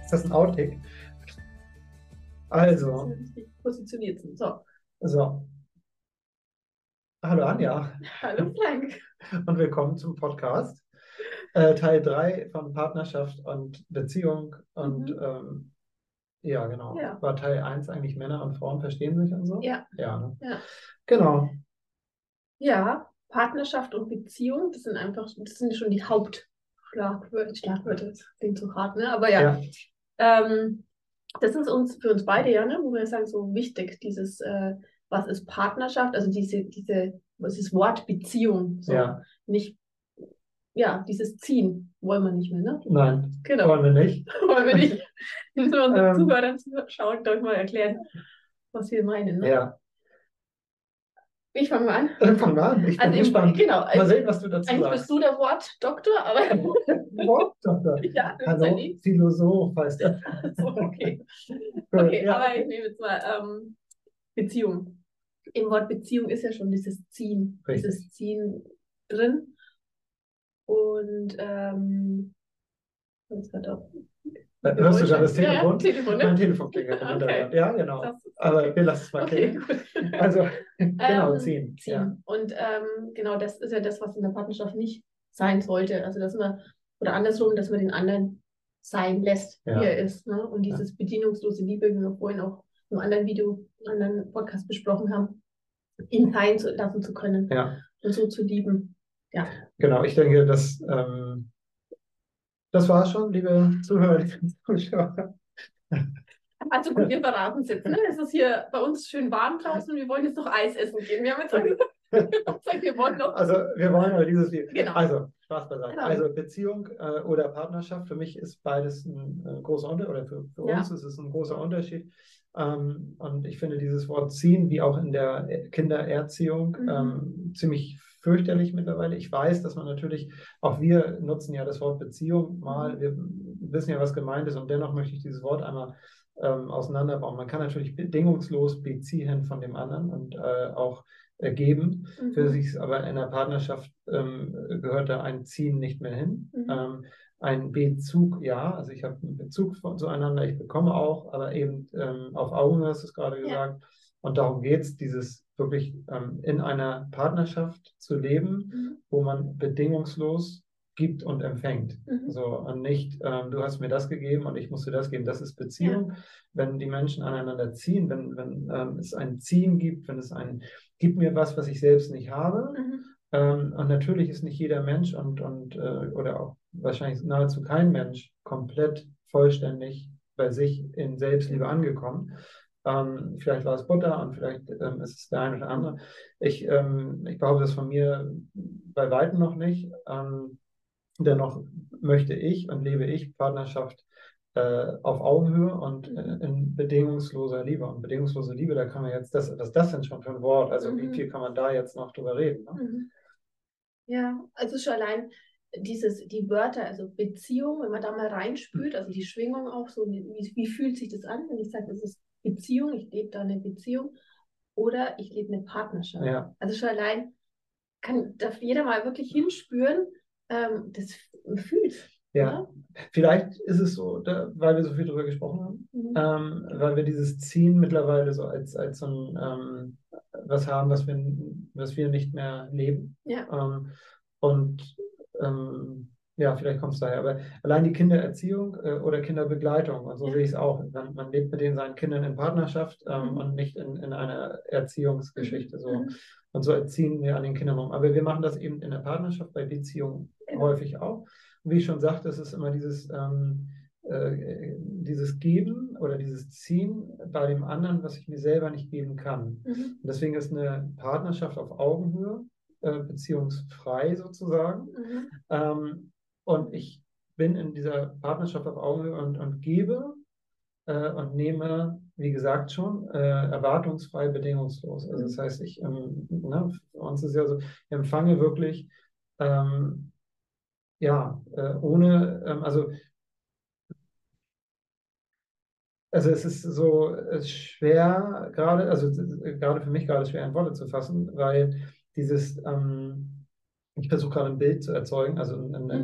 Ist das ein Outtake? Also, Richtig positioniert sind. So. so. Hallo Anja Hallo Frank. und willkommen zum Podcast. Teil 3 von Partnerschaft und Beziehung. Und ja, genau. Ja. War Teil 1 eigentlich Männer und Frauen verstehen sich und so? Ja. Ja, ne? Ja. Genau. Ja, Partnerschaft und Beziehung, das sind schon die Hauptschlagwörter, das klingt so hart, ne? Aber ja, das ist für uns beide, ja, ne, wo wir sagen, so wichtig, was ist Partnerschaft, also dieses Wort Beziehung, so Ja. nicht, ja, dieses Ziehen wollen wir nicht mehr, ne? Nein, Genau. wollen wir nicht. Wollen wir nicht. Müssen wir unseren Zuhörern zuschauen, euch mal erklären, was wir meinen, ne? Ja. Ich fange mal an. Fang mal an, ich bin Also gespannt. genau, Mal sehen, was du dazu eigentlich sagst. bist du der Wortdoktor, aber Wortdoktor. ja, das ist Hallo, lieb. Philosoph heißt er. So, okay. Gut, Okay, ja. aber ich nehme jetzt mal Beziehung. Im Wort Beziehung ist ja schon dieses Ziehen, Richtig. dieses Ziehen drin. Und jetzt gerade auch hörst du gerade das Telefon? Ja, Telefon, ne? Mein Telefon klingelt im Okay. Hintergrund. Ja, genau. Das ist Aber okay. wir lassen es mal Okay, klingen. gut. Also, genau, ziehen. Ja. Ziehen. Und genau, das ist ja das, was in der Partnerschaft nicht sein sollte. Also, oder andersrum, dass man den anderen sein lässt, wie Ja. er ist. Ne? Und dieses bedienungslose Liebe, wie wir vorhin auch im anderen Video, im anderen Podcast besprochen haben, ihn sein lassen zu können Ja. und so zu lieben. Ja. Genau, ich denke, das war schon, liebe Zuhörer, liebe Zuschauer. Also gut, wir verraten es jetzt. Ne? Es ist hier bei uns schön warm draußen und wir wollen jetzt noch Eis essen gehen. Wir haben jetzt gesagt, wir wollen noch. Also, wir wollen aber dieses Video. Genau. Also, Spaß beiseite. Genau. Also, Beziehung oder Partnerschaft, für mich ist beides ein großer Unterschied, oder für uns ist es ein großer Unterschied. Und ich finde dieses Wort ziehen, wie auch in der Kindererziehung, ziemlich fürchterlich mittlerweile. Ich weiß, dass man natürlich, auch wir nutzen ja das Wort Beziehung mal, wir wissen ja, was gemeint ist, und dennoch möchte ich dieses Wort einmal auseinanderbauen. Man kann natürlich bedingungslos beziehen von dem anderen und auch geben. Für sich aber in der Partnerschaft gehört da ein Ziehen nicht mehr hin. Ein Bezug, ja, also ich habe einen Bezug zueinander, ich bekomme auch, aber eben auf Augenhöhe, hast du es gerade gesagt. Und darum geht es, dieses wirklich in einer Partnerschaft zu leben, wo man bedingungslos gibt und empfängt. So, und nicht, du hast mir das gegeben und ich muss dir das geben. Das ist Beziehung. Ja. Wenn die Menschen aneinander ziehen, wenn es ein Ziehen gibt, wenn es ein Gib mir was ich selbst nicht habe. Und natürlich ist nicht jeder Mensch oder auch wahrscheinlich nahezu kein Mensch komplett vollständig bei sich in Selbstliebe angekommen. Vielleicht war es Butter und vielleicht ist es der eine oder andere. Ich behaupte das von mir bei Weitem noch nicht. Dennoch möchte ich und lebe ich Partnerschaft auf Augenhöhe und in bedingungsloser Liebe. Und bedingungslose Liebe, da kann man jetzt, was ist das denn schon für ein Wort? Also wie viel kann man da jetzt noch drüber reden? Ne? Ja, also schon allein die Wörter, also Beziehung, wenn man da mal reinspült, also die Schwingung auch so, wie fühlt sich das an, wenn ich sage, das ist Beziehung, ich lebe da eine Beziehung oder ich lebe eine Partnerschaft. Ja. Also schon allein darf jeder mal wirklich hinspüren, das fühlt. Ja, oder? Vielleicht ist es so, weil wir so viel darüber gesprochen haben, weil wir dieses Ziehen mittlerweile so als so ein was haben, was wir nicht mehr leben. Ja. Ja, vielleicht kommt es daher. Aber allein die Kindererziehung oder Kinderbegleitung, und so sehe ich es auch. Man lebt mit seinen Kindern in Partnerschaft und nicht in einer Erziehungsgeschichte. So. Und so erziehen wir an den Kindern rum. Aber wir machen das eben in der Partnerschaft, bei Beziehungen häufig auch. Und wie ich schon sagte, es ist immer dieses Geben oder dieses Ziehen bei dem anderen, was ich mir selber nicht geben kann. Und deswegen ist eine Partnerschaft auf Augenhöhe, beziehungsfrei sozusagen. Und ich bin in dieser Partnerschaft auf Augenhöhe und gebe und nehme, wie gesagt schon, erwartungsfrei, bedingungslos. Also das heißt, für uns ist ja so, ich empfange wirklich ohne, also es ist so schwer gerade, also gerade für mich gerade schwer in Worte zu fassen, weil dieses ich versuche gerade ein Bild zu erzeugen, also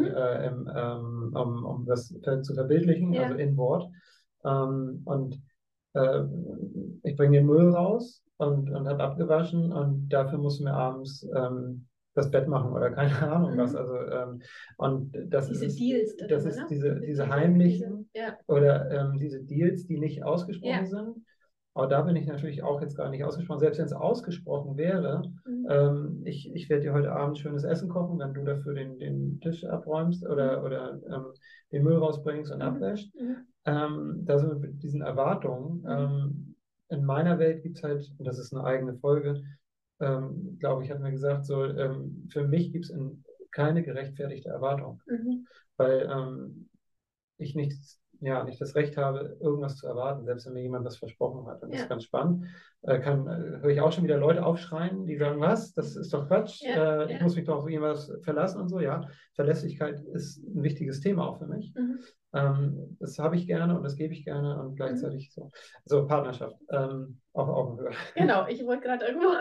um das zu verbildlichen, also in Wort. Und äh, ich bringe den Müll raus und habe abgewaschen und dafür muss mir abends das Bett machen oder keine Ahnung was. Also, und diese Deals, das ist diese heimlichen oder diese Deals, die nicht ausgesprochen sind. Aber da bin ich natürlich auch jetzt gar nicht ausgesprochen. Selbst wenn es ausgesprochen wäre, ich werde dir heute Abend schönes Essen kochen, wenn du dafür den Tisch abräumst oder den Müll rausbringst und abwäschst. Da sind wir mit diesen Erwartungen. In meiner Welt gibt es halt, und das ist eine eigene Folge, glaube ich, hat mir gesagt, so, für mich gibt es keine gerechtfertigte Erwartung, weil ich nicht das Recht habe, irgendwas zu erwarten, selbst wenn mir jemand was versprochen hat. Und das ist ganz spannend. Höre ich auch schon wieder Leute aufschreien, die sagen, was, das ist doch Quatsch, ich muss mich doch auf irgendwas verlassen und so. Ja, Verlässlichkeit ist ein wichtiges Thema auch für mich. Das habe ich gerne und das gebe ich gerne und gleichzeitig so. Also Partnerschaft, auf Augenhöhe. Genau, ich wollte gerade irgendwo.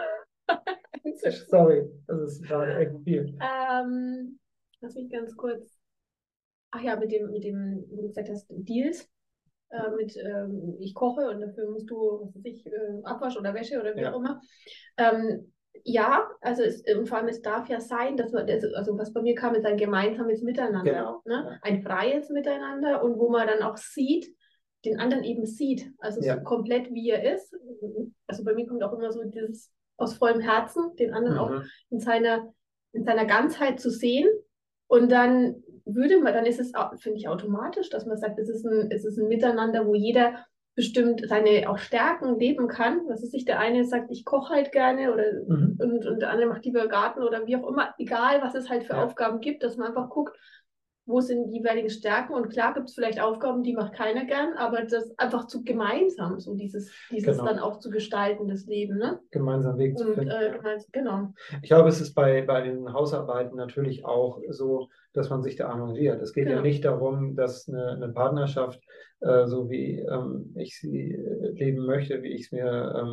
Sorry, das ist gerade echt viel. Lass mich ganz kurz. Ach ja, mit dem, wie du gesagt hast, Deals. Ich koche und dafür musst du, was weiß ich, Abwasch oder Wäsche oder wie auch immer. Ja, also und vor allem es darf ja sein, dass man, also was bei mir kam, ist ein gemeinsames Miteinander, Genau. Ne? Ein freies Miteinander und wo man dann auch sieht, den anderen eben sieht, also so komplett wie er ist. Also bei mir kommt auch immer so dieses aus vollem Herzen, den anderen auch in seiner Ganzheit zu sehen. Und dann dann ist es, finde ich, automatisch, dass man sagt, es ist ein Miteinander, wo jeder bestimmt seine auch Stärken leben kann. Was ist sich der eine sagt, ich koche halt gerne oder und der andere macht lieber Garten oder wie auch immer, egal was es halt für Aufgaben gibt, dass man einfach guckt, wo sind die jeweiligen Stärken und klar gibt es vielleicht Aufgaben, die macht keiner gern, aber das einfach zu gemeinsam, so dieses dann auch zu gestalten, das Leben, ne? Gemeinsam Weg zu finden. Genau. Ich glaube, es ist bei den Hausarbeiten natürlich auch so, dass man sich da arrangiert. Es geht ja nicht darum, dass eine Partnerschaft, so wie ich sie leben möchte, wie ich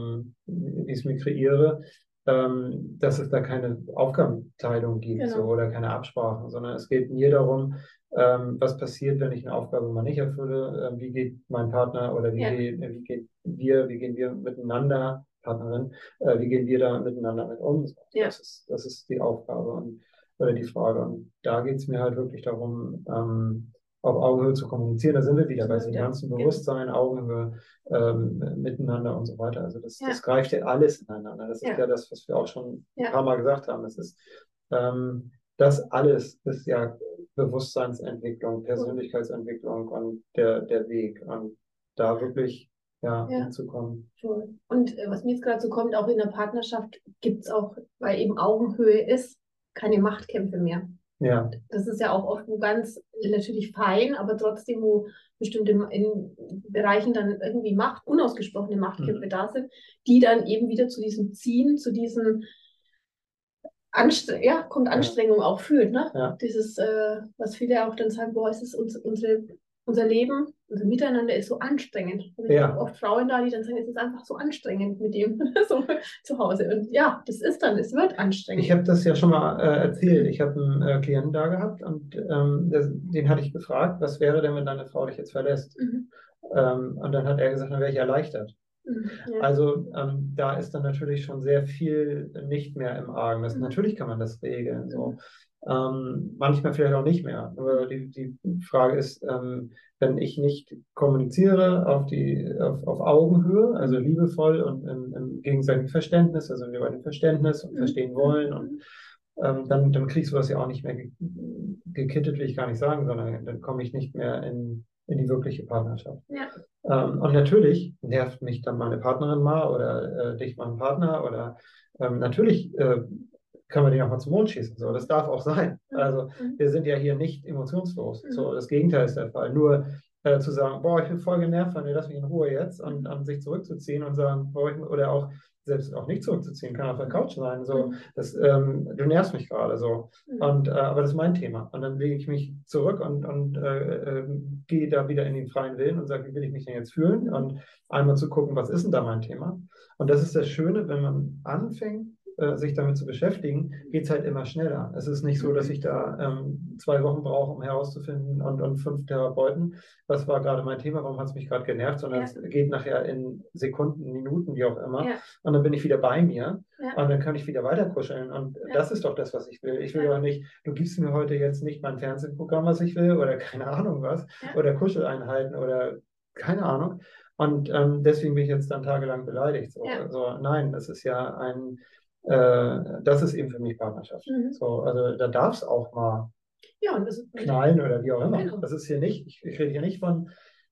es mir kreiere, dass es da keine Aufgabenteilung gibt so, oder keine Absprachen, sondern es geht mir darum, was passiert, wenn ich eine Aufgabe mal nicht erfülle, wie geht mein Partner oder wie gehen wir miteinander, Partnerin, wie gehen wir da miteinander mit um? Das ist die Aufgabe oder die Frage. Und da geht es mir halt wirklich darum, auf Augenhöhe zu kommunizieren. Da sind wir wieder bei diesem ganzen Bewusstsein, Augenhöhe, miteinander und so weiter. Also das greift ja alles ineinander. Das ist ja das, was wir auch schon ein paar Mal gesagt haben. Das ist das alles ist ja Bewusstseinsentwicklung, Persönlichkeitsentwicklung und der Weg. Und da wirklich hinzukommen. Und was mir jetzt gerade so kommt, auch in der Partnerschaft gibt es auch, weil eben Augenhöhe ist, keine Machtkämpfe mehr. Ja. Das ist ja auch oft wo ganz natürlich fein, aber trotzdem, wo bestimmte in Bereichen dann irgendwie unausgesprochene Machtkämpfe da sind, die dann eben wieder zu diesem Ziehen, zu diesem Anstrengung auch führt. Ne? Ja. Dieses, was viele auch dann sagen, boah, es ist unser Leben, unser Miteinander ist so anstrengend. Also ich habe oft Frauen da, die dann sagen, es ist einfach so anstrengend mit dem so zu Hause. Und ja, es wird anstrengend. Ich habe das ja schon mal erzählt. Ich habe einen Klienten da gehabt und den hatte ich gefragt, was wäre denn, wenn deine Frau dich jetzt verlässt? Und dann hat er gesagt, dann wäre ich erleichtert. Ja. Also da ist dann natürlich schon sehr viel nicht mehr im Argen. Natürlich kann man das regeln. So. Manchmal vielleicht auch nicht mehr. Aber die Frage ist, wenn ich nicht kommuniziere auf Augenhöhe, also liebevoll und im gegenseitigen Verständnis, also wir bei dem Verständnis und verstehen wollen und dann kriegst du das ja auch nicht mehr gekittet, will ich gar nicht sagen, sondern dann komme ich nicht mehr in die wirkliche Partnerschaft. Ja. Und natürlich nervt mich dann meine Partnerin mal oder dich mal ein Partner oder natürlich kann man den auch mal zum Mond schießen. So, das darf auch sein. Also wir sind ja hier nicht emotionslos. So, das Gegenteil ist der Fall. Nur zu sagen, boah, ich bin voll genervt von dir, lass mich in Ruhe jetzt und an sich zurückzuziehen und sagen, boah, oder auch selbst auch nicht zurückzuziehen, kann auf der Couch sein. So, du nervst mich gerade so. Und, aber das ist mein Thema. Und dann lege ich mich zurück und gehe da wieder in den freien Willen und sage, wie will ich mich denn jetzt fühlen? Und einmal zu gucken, was ist denn da mein Thema? Und das ist das Schöne, wenn man anfängt, sich damit zu beschäftigen, geht es halt immer schneller. Es ist nicht so, dass ich da 2 Wochen brauche, um herauszufinden und 5 Therapeuten, was war gerade mein Thema, warum hat es mich gerade genervt, sondern es geht nachher in Sekunden, Minuten, wie auch immer. Und dann bin ich wieder bei mir und dann kann ich wieder weiter kuscheln. Und das ist doch das, was ich will. Ich will doch nicht, du gibst mir heute jetzt nicht mein Fernsehprogramm, was ich will, oder keine Ahnung was, oder Kuscheleinheiten oder keine Ahnung. Und deswegen bin ich jetzt dann tagelang beleidigt. So. Also, nein, das ist ja das ist eben für mich Partnerschaft. So, also da darf es auch mal und das ist knallen oder wie auch immer. Genau. Das ist hier nicht, ich rede hier nicht von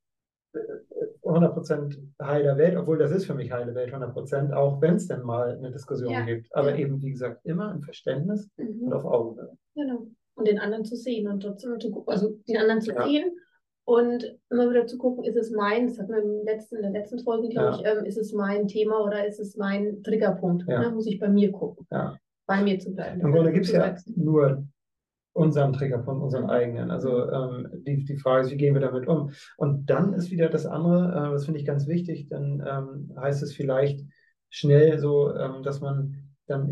100% heile Welt, obwohl das ist für mich heile Welt 100%, auch wenn es denn mal eine Diskussion gibt. Aber eben, wie gesagt, immer im Verständnis und auf Augenhöhe. Genau. Und den anderen zu sehen und trotzdem zu gucken, also den anderen zu sehen und immer wieder zu gucken, ist es mein, das hatten wir in der letzten Folge, glaube ich, ist es mein Thema oder ist es mein Triggerpunkt? Da muss ich bei mir gucken, bei mir zu bleiben. Im Grunde gibt es ja nur unseren Triggerpunkt, unseren eigenen. Also die Frage ist, wie gehen wir damit um? Und dann ist wieder das andere, das finde ich ganz wichtig, dann heißt es vielleicht schnell so, dass man dann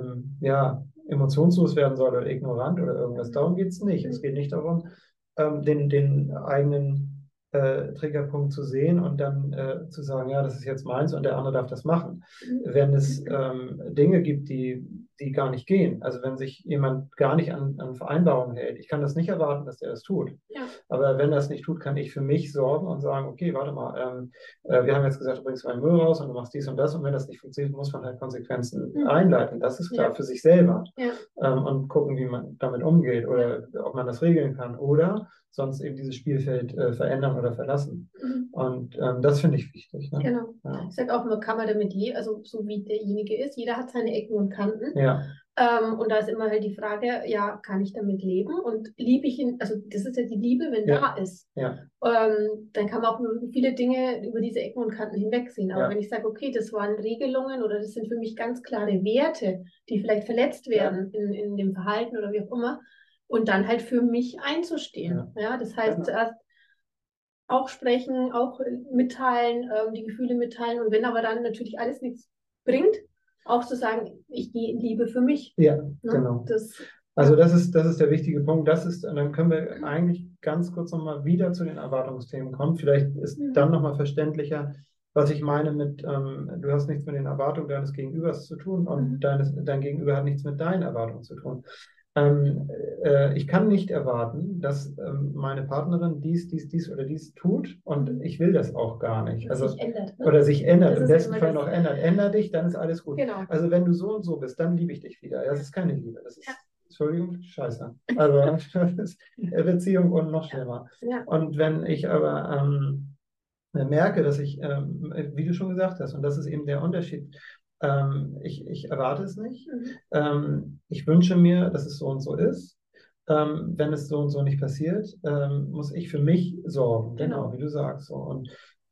emotionslos werden soll oder ignorant oder irgendwas. Darum geht es nicht. Es geht nicht darum, den eigenen Triggerpunkt zu sehen und dann zu sagen, ja, das ist jetzt meins und der andere darf das machen. Wenn es Dinge gibt, die gar nicht gehen, also wenn sich jemand gar nicht an Vereinbarungen hält, ich kann das nicht erwarten, dass der das tut. Aber wenn er es nicht tut, kann ich für mich sorgen und sagen, okay, warte mal, wir haben jetzt gesagt, du bringst meinen Müll raus und du machst dies und das und wenn das nicht funktioniert, muss man halt Konsequenzen einleiten. Das ist klar für sich selber und gucken, wie man damit umgeht oder ob man das regeln kann oder sonst eben dieses Spielfeld verändern oder verlassen. Und das finde ich wichtig. Ne? Genau. Ich sage auch, man kann damit leben, also so wie derjenige ist. Jeder hat seine Ecken und Kanten. Und da ist immer halt die Frage, ja, kann ich damit leben? Und liebe ich ihn, also das ist ja die Liebe, wenn da ist. Dann kann man auch nur viele Dinge über diese Ecken und Kanten hinwegsehen. Aber wenn ich sage, okay, das waren Regelungen oder das sind für mich ganz klare Werte, die vielleicht verletzt werden in dem Verhalten oder wie auch immer, und dann halt für mich einzustehen. Das heißt, zuerst auch sprechen, auch mitteilen, die Gefühle mitteilen. Und wenn aber dann natürlich alles nichts bringt, auch zu sagen, ich gehe in Liebe für mich. Genau. Also das ist der wichtige Punkt. Und dann können wir eigentlich ganz kurz nochmal wieder zu den Erwartungsthemen kommen. Vielleicht ist dann nochmal verständlicher, was ich meine mit, du hast nichts mit den Erwartungen deines Gegenübers zu tun und dein Gegenüber hat nichts mit deinen Erwartungen zu tun. Ich kann nicht erwarten, dass meine Partnerin dies oder dies tut und ich will das auch gar nicht. Also, sich ändert, ne? Oder sich ändert, im besten Fall noch ändert. Änder dich, dann ist alles gut. Genau. Also wenn du so und so bist, dann liebe ich dich wieder. Das ist keine Liebe, das ist, Entschuldigung, scheiße. Also das ist Beziehung und noch schlimmer. Und wenn ich aber merke, dass ich, wie du schon gesagt hast, und das ist eben der Unterschied, ich erwarte es nicht. Ich wünsche mir, dass es so und so ist. Wenn es so und so nicht passiert, muss ich für mich sorgen, genau, wie du sagst. So. Und,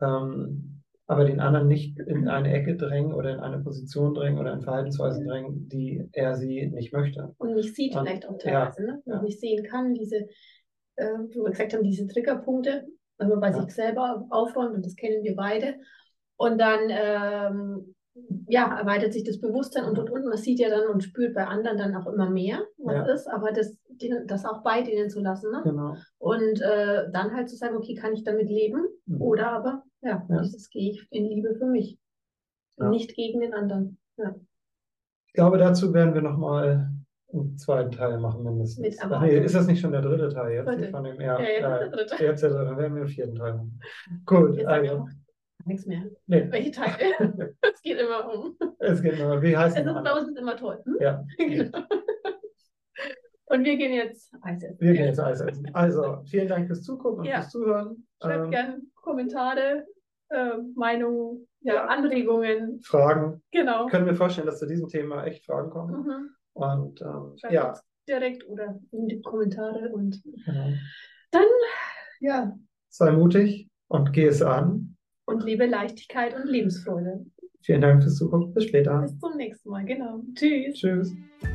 aber den anderen nicht in eine Ecke drängen oder in eine Position drängen oder in Verhaltensweisen drängen, die sie nicht möchte. Und nicht sieht vielleicht auch teilweise, ne? Und nicht sehen kann, wie wir gesagt haben, diese Triggerpunkte, wenn man bei sich selber aufräumt, und das kennen wir beide. Und dann erweitert sich das Bewusstsein und. Man sieht ja dann und spürt bei anderen dann auch immer mehr, was ist, aber das auch bei denen zu lassen. Ne? Genau. Und dann halt zu sagen, okay, kann ich damit leben? Oder aber, dieses gehe ich in Liebe für mich. Und nicht gegen den anderen. Ich glaube, dazu werden wir nochmal einen zweiten Teil machen, mindestens. Ach nee, ist das nicht schon der dritte Teil jetzt? Von dem, jetzt der dritte. Dann werden wir den vierten Teil machen. Gut, also. Nichts mehr. Nee. Welche Teile? Es geht immer um. Es geht immer. Wie heißt es? Bei uns ist immer toll. Ja. Genau. Und wir gehen jetzt Eis essen. Wir gehen jetzt Eis essen. Also, vielen Dank fürs Zugucken und fürs Zuhören. Schreibt gerne Kommentare, Meinungen, Anregungen. Fragen. Genau. Ich könnte mir vorstellen, dass zu diesem Thema echt Fragen kommen. Und Schreibt direkt oder in die Kommentare. Und dann, sei mutig und geh es an. Und lebe Leichtigkeit und Lebensfreude. Vielen Dank fürs Zugucken. Bis später. Bis zum nächsten Mal. Genau. Tschüss. Tschüss.